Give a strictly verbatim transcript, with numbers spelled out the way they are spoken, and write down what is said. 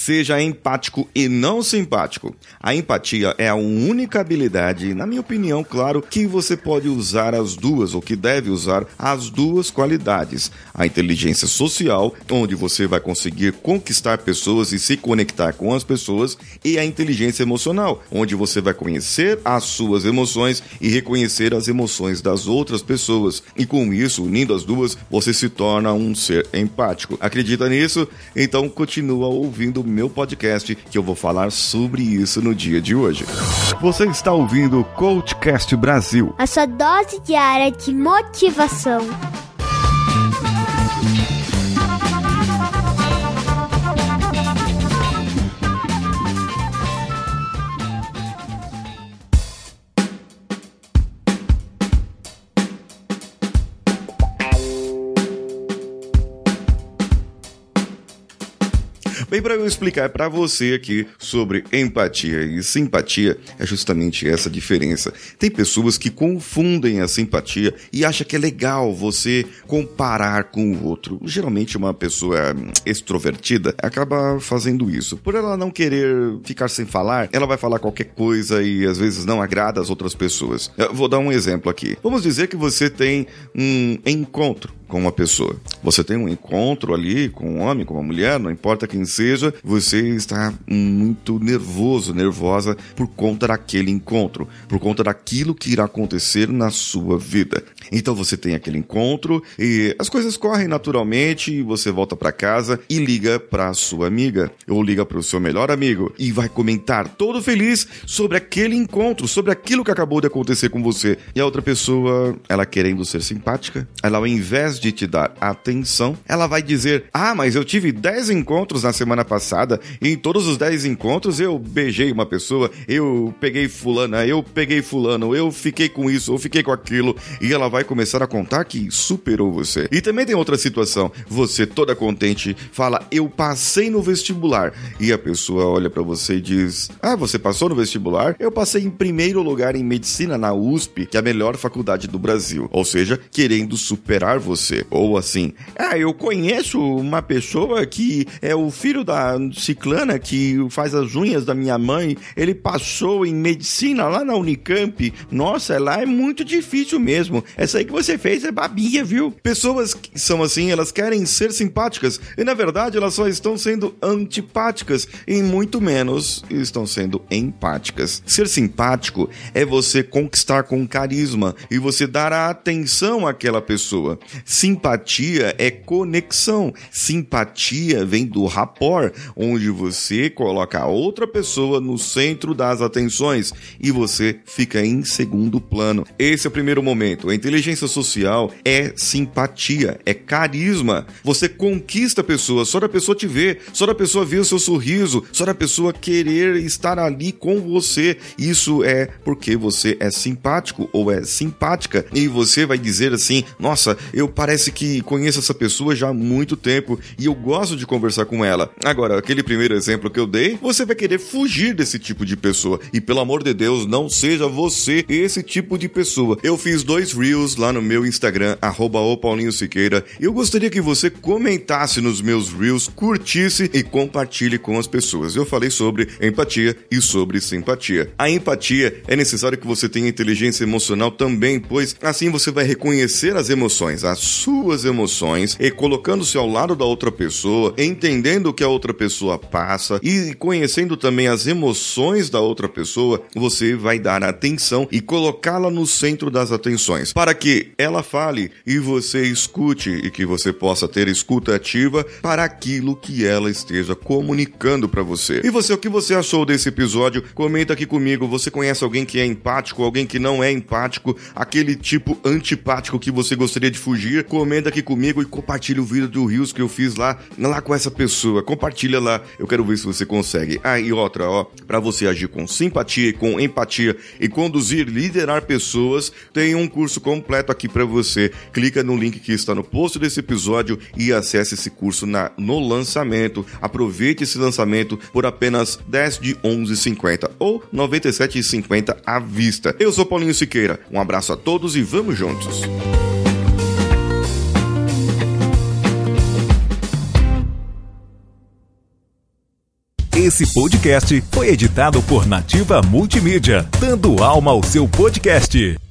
Seja empático e não simpático. A empatia é a única habilidade, na minha opinião, claro, que você pode usar as duas, ou que deve usar as duas qualidades. A inteligência social, onde você vai conseguir conquistar pessoas e se conectar com as pessoas, e a inteligência emocional, onde você vai conhecer as suas emoções e reconhecer as emoções das outras pessoas. E com isso, unindo as duas, você se torna um ser empático. Acredita nisso? Então continua ouvindo o meu podcast, que eu vou falar sobre isso no dia de hoje. Você está ouvindo o Coachcast Brasil, a sua dose diária de motivação. Bem, para eu explicar para você aqui sobre empatia e simpatia, é justamente essa diferença. Tem pessoas que confundem a simpatia e acham que é legal você comparar com o outro. Geralmente uma pessoa extrovertida acaba fazendo isso. Por ela não querer ficar sem falar, ela vai falar qualquer coisa e às vezes não agrada as outras pessoas. Eu vou dar um exemplo aqui. Vamos dizer que você tem um encontro com uma pessoa. Você tem um encontro ali com um homem, com uma mulher, não importa quem seja, você está muito nervoso, nervosa por conta daquele encontro, por conta daquilo que irá acontecer na sua vida. Então você tem aquele encontro e as coisas correm naturalmente e você volta para casa e liga para sua amiga ou liga para o seu melhor amigo e vai comentar todo feliz sobre aquele encontro, sobre aquilo que acabou de acontecer com você. E a outra pessoa, ela querendo ser simpática, ela ao invés de te dar atenção, ela vai dizer: ah, mas eu tive dez encontros na semana passada e em todos os dez encontros eu beijei uma pessoa, eu peguei fulana, eu peguei fulano, eu fiquei com isso, eu fiquei com aquilo, e ela vai começar a contar que superou você. E também tem outra situação, você toda contente fala: eu passei no vestibular, e a pessoa olha pra você e diz: ah, você passou no vestibular? Eu passei em primeiro lugar em medicina na U S P, que é a melhor faculdade do Brasil, ou seja, querendo superar você. Ou assim: ah, eu conheço uma pessoa que é o filho da ciclana que faz as unhas da minha mãe, ele passou em medicina lá na Unicamp, nossa, lá é muito difícil mesmo, essa aí que você fez é babinha, viu? Pessoas que são assim, elas querem ser simpáticas e na verdade elas só estão sendo antipáticas e muito menos estão sendo empáticas. Ser simpático é você conquistar com carisma e você dar a atenção àquela pessoa. Simpatia é conexão. Simpatia vem do rapport, onde você coloca a outra pessoa no centro das atenções e você fica em segundo plano. Esse é o primeiro momento. A inteligência social é simpatia, é carisma. Você conquista a pessoa só da pessoa te ver, só da pessoa ver o seu sorriso, só da pessoa querer estar ali com você. Isso é porque você é simpático ou é simpática e você vai dizer assim: nossa, eu parece que conheço essa pessoa já há muito tempo e eu gosto de conversar com ela. Agora, aquele primeiro exemplo que eu dei, você vai querer fugir desse tipo de pessoa e, pelo amor de Deus, não seja você esse tipo de pessoa. Eu fiz dois reels lá no meu Instagram, arroba o Paulinho Siqueira, e eu gostaria que você comentasse nos meus reels, curtisse e compartilhe com as pessoas. Eu falei sobre empatia e sobre simpatia. A empatia é necessário que você tenha inteligência emocional também, pois assim você vai reconhecer as emoções, as suas emoções, e colocando-se ao lado da outra pessoa, entendendo o que a outra pessoa passa e conhecendo também as emoções da outra pessoa, você vai dar atenção e colocá-la no centro das atenções, para que ela fale e você escute e que você possa ter escuta ativa para aquilo que ela esteja comunicando para você. E você, o que você achou desse episódio? Comenta aqui comigo. Você conhece alguém que é empático, alguém que não é empático, aquele tipo antipático que você gostaria de fugir? Comenta aqui comigo e compartilha o vídeo do Reels que eu fiz lá, lá com essa pessoa. Compartilha lá, eu quero ver se você consegue. Ah, e outra, ó, para você agir com simpatia e com empatia e conduzir, liderar pessoas, tem um curso completo aqui para você. Clica no link que está no post desse episódio e acesse esse curso na, no lançamento. Aproveite esse lançamento por apenas dez de onze reais e cinquenta centavos ou noventa e sete reais e cinquenta centavos à vista. Eu sou Paulinho Siqueira. Um abraço a todos e vamos juntos. Esse podcast foi editado por Nativa Multimídia, dando alma ao seu podcast.